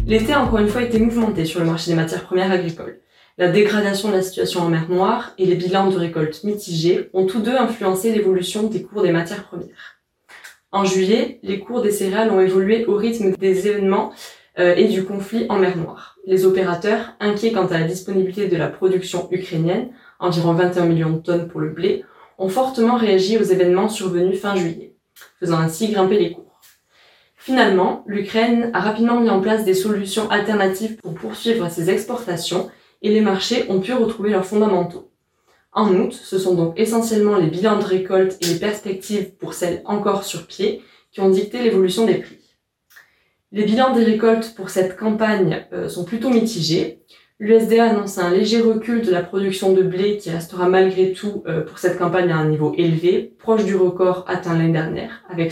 L'été a encore une fois été mouvementé sur le marché des matières premières agricoles. La dégradation de la situation en mer Noire et les bilans de récoltes mitigés ont tous deux influencé l'évolution des cours des matières premières. En juillet, les cours des céréales ont évolué au rythme des événements et du conflit en mer Noire. Les opérateurs, inquiets quant à la disponibilité de la production ukrainienne, environ 21 millions de tonnes pour le blé, ont fortement réagi aux événements survenus fin juillet, faisant ainsi grimper les cours. Finalement, l'Ukraine a rapidement mis en place des solutions alternatives pour poursuivre ses exportations et les marchés ont pu retrouver leurs fondamentaux. En août, ce sont donc essentiellement les bilans de récolte et les perspectives pour celles encore sur pied qui ont dicté l'évolution des prix. Les bilans des récoltes pour cette campagne sont plutôt mitigés. L'USDA annonce un léger recul de la production de blé qui restera malgré tout pour cette campagne à un niveau élevé, proche du record atteint l'année dernière, avec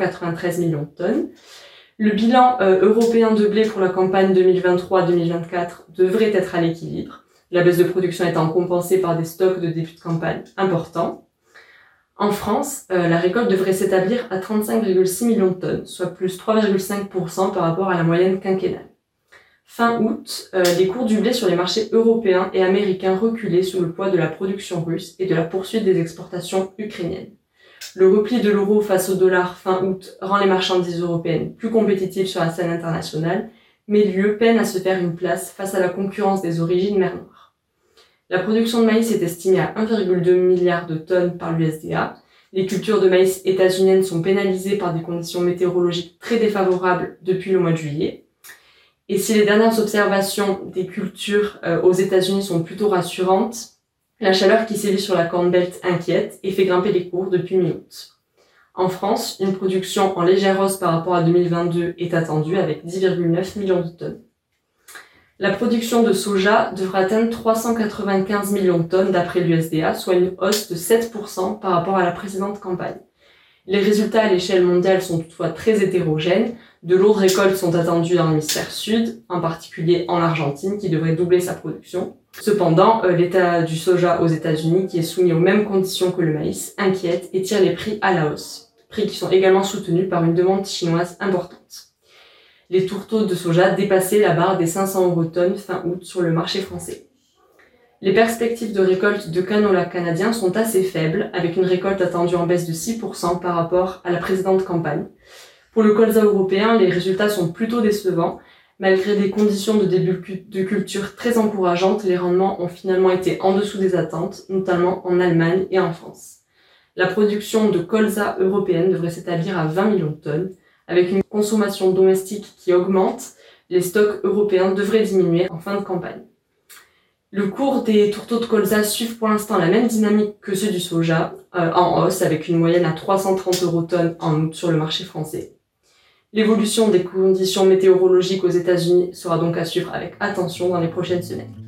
793 millions de tonnes. Le bilan européen de blé pour la campagne 2023-2024 devrait être à l'équilibre, la baisse de production étant compensée par des stocks de début de campagne importants. En France, la récolte devrait s'établir à 35,6 millions de tonnes, soit plus 3,5% par rapport à la moyenne quinquennale. Fin août, les cours du blé sur les marchés européens et américains reculaient sous le poids de la production russe et de la poursuite des exportations ukrainiennes. Le repli de l'euro face au dollar fin août rend les marchandises européennes plus compétitives sur la scène internationale, mais l'UE peine à se faire une place face à la concurrence des origines mer Noire. La production de maïs est estimée à 1,2 milliard de tonnes par l'USDA. Les cultures de maïs états-uniennes sont pénalisées par des conditions météorologiques très défavorables depuis le mois de juillet. Et si les dernières observations des cultures aux États-Unis sont plutôt rassurantes, la chaleur qui sévit sur la Corn Belt inquiète et fait grimper les cours depuis mi-août. En France, une production en légère hausse par rapport à 2022 est attendue avec 10,9 millions de tonnes. La production de soja devra atteindre 395 millions de tonnes d'après l'USDA, soit une hausse de 7% par rapport à la précédente campagne. Les résultats à l'échelle mondiale sont toutefois très hétérogènes. De lourdes récoltes sont attendues dans l'hémisphère sud, en particulier en Argentine, qui devrait doubler sa production. Cependant, l'état du soja aux États-Unis, qui est soumis aux mêmes conditions que le maïs, inquiète et tire les prix à la hausse. Prix qui sont également soutenus par une demande chinoise importante. Les tourteaux de soja dépassaient la barre des 500 € tonnes fin août sur le marché français. Les perspectives de récolte de canola canadien sont assez faibles, avec une récolte attendue en baisse de 6% par rapport à la précédente campagne. Pour le colza européen, les résultats sont plutôt décevants. Malgré des conditions de début de culture très encourageantes, les rendements ont finalement été en dessous des attentes, notamment en Allemagne et en France. La production de colza européenne devrait s'établir à 20 millions de tonnes. Avec une consommation domestique qui augmente, les stocks européens devraient diminuer en fin de campagne. Le cours des tourteaux de colza suivent pour l'instant la même dynamique que ceux du soja, en hausse avec une moyenne à 330 € tonnes en août sur le marché français. L'évolution des conditions météorologiques aux États-Unis sera donc à suivre avec attention dans les prochaines semaines.